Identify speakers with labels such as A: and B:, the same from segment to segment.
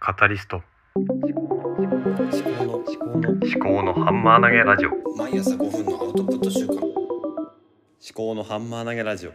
A: カタリスト
B: 思
A: 考のハンマー投げラジオ。
B: 毎朝5分のアウトプット週間。
C: 思考のハンマー投げラジオ。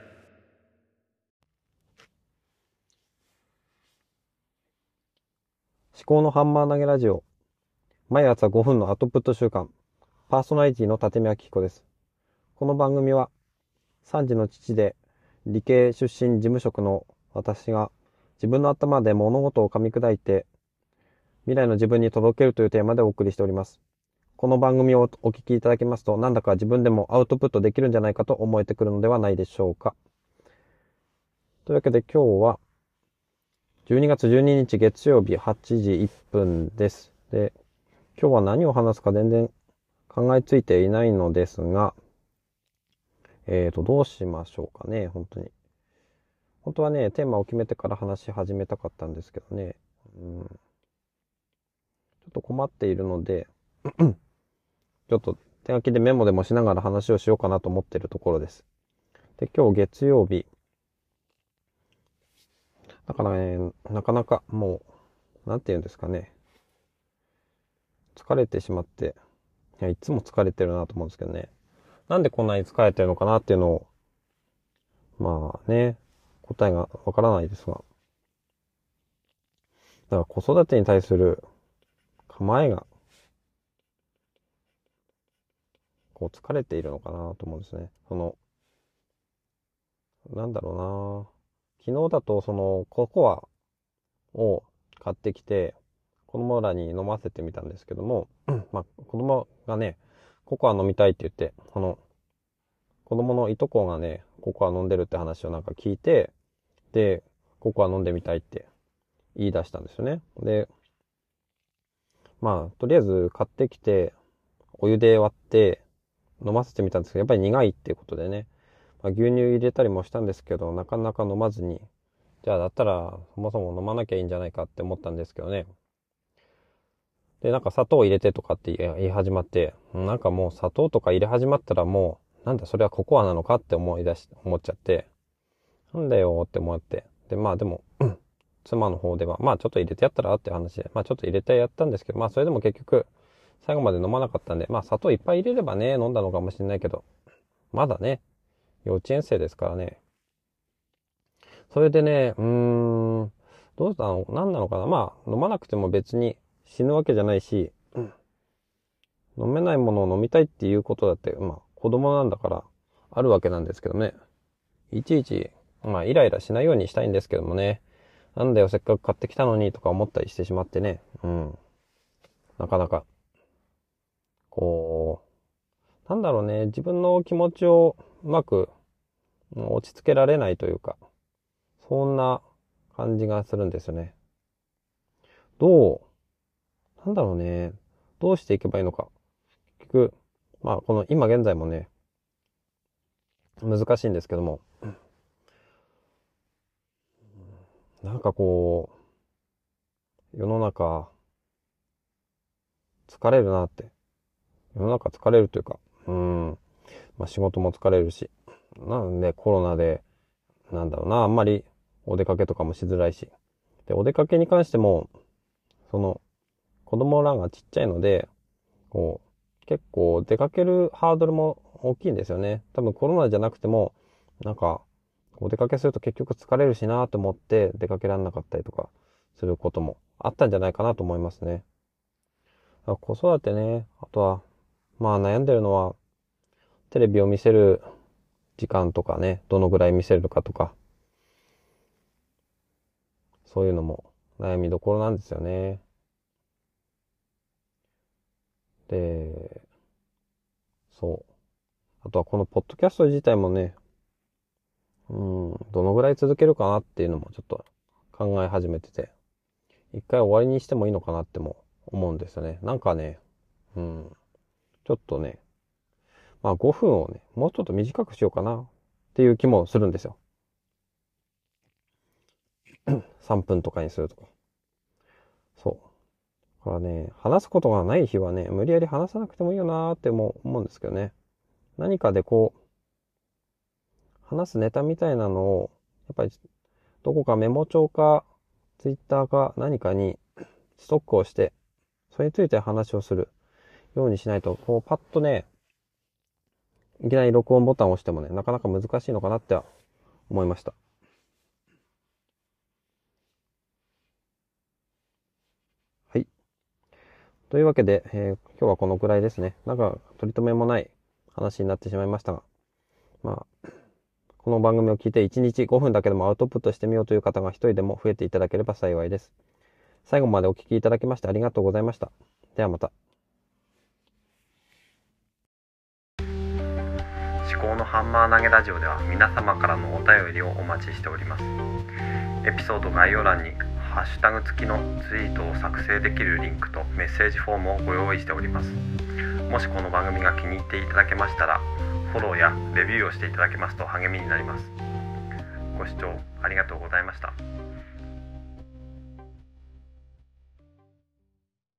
D: 思考のハンマー投げラジオ。毎朝5分のアウトプット週間。パーソナリティの立見明彦です。この番組は3児の父で理系出身事務職の私が自分の頭で物事を噛み砕いて未来の自分に届けるというテーマでお送りしております。この番組をお聞きいただけますと、なんだか自分でもアウトプットできるんじゃないかと思えてくるのではないでしょうか。というわけで今日は12月12日月曜日8時1分です。で、今日は何を話すか全然考えついていないのですが、どうしましょうかね、本当はね、テーマを決めてから話し始めたかったんですけどね、ちょっと困っているので、ちょっと手書きでメモでもしながら話をしようかなと思っているところです。で、今日月曜日。だからね、なかなかもう、なんて言うんですかね。疲れてしまって、いつも疲れてるなと思うんですけどね。なんでこんなに疲れてるのかなっていうのを、まあね、答えがわからないですが。だから子育てに対する構えが、こう疲れているのかなと思うんですね。なんだろうな。昨日だとココアを買ってきて、子供らに飲ませてみたんですけども、まあ子供がね、ココア飲みたいって言って、子供のいとこがね、ココア飲んでるって話をなんか聞いて、で、ココア飲んでみたいって言い出したんですよね。で、まあ、とりあえず買ってきて、お湯で割って飲ませてみたんですけど、やっぱり苦いっていうことでね、まあ、牛乳入れたりもしたんですけど、なかなか飲まずに、じゃあだったらそもそも飲まなきゃいいんじゃないかって思ったんですけどね。で、なんか砂糖入れてとかって言い始まって、なんかもう砂糖とか入れ始まったらもう、なんだそれはココアなのかって思っちゃって、なんだよって思って。で、まあでも、妻の方では、まあちょっと入れてやったらって話で、まあちょっと入れてやったんですけど、まあそれでも結局、最後まで飲まなかったんで、まあ砂糖いっぱい入れればね、飲んだのかもしれないけど、まだね、幼稚園生ですからね。それでね、どうしたの何なのかな、まあ飲まなくても別に死ぬわけじゃないし、飲めないものを飲みたいっていうことだって、まあ子供なんだからあるわけなんですけどね。いちいち、まあイライラしないようにしたいんですけどもね。なんだよ、せっかく買ってきたのにとか思ったりしてしまってね。なかなか、なんだろうね、自分の気持ちをうまく落ち着けられないというか、そんな感じがするんですよね。なんだろうね、どうしていけばいいのか。結局、まあこの今現在もね、難しいんですけども、なんか世の中疲れるなって。世の中疲れるというか、まあ仕事も疲れるし、なんでコロナで、なんだろうな、あんまりお出かけとかもしづらいし。で、お出かけに関しても、子供らがちっちゃいので、結構出かけるハードルも大きいんですよね。多分コロナじゃなくても、なんか、お出かけすると結局疲れるしなと思って出かけられなかったりとかすることもあったんじゃないかなと思いますね。子育てね、あとは、まあ悩んでるのは、テレビを見せる時間とかね、どのぐらい見せるかとか、そういうのも悩みどころなんですよね。で、そう。あとはこのポッドキャスト自体もね、どのぐらい続けるかなっていうのもちょっと考え始めてて、一回終わりにしてもいいのかなっても思うんですよね。なんかね、ちょっとね、まあ5分をね、もうちょっと短くしようかなっていう気もするんですよ。3分とかにするとか。そう。だからね、話すことがない日はね、無理やり話さなくてもいいよなーっても思うんですけどね。何かで話すネタみたいなのを、やっぱりどこかメモ帳か、ツイッターか何かにストックをして、それについて話をするようにしないと、こうパッとね、いきなり録音ボタンを押してもね、なかなか難しいのかなって思いました。はい。というわけで、今日はこのくらいですね。なんか取り留めもない話になってしまいましたが、まあ、この番組を聞いて1日5分だけでもアウトプットしてみようという方が一人でも増えていただければ幸いです。最後までお聞きいただきましてありがとうございました。ではまた。
A: 思考のハンマー投げラジオでは皆様からのお便りをお待ちしております。エピソード概要欄にハッシュタグ付きのツイートを作成できるリンクとメッセージフォームをご用意しております。もしこの番組が気に入っていただけましたら、フォローやレビューをしていただけますと励みになります。ご視聴ありがとうございました。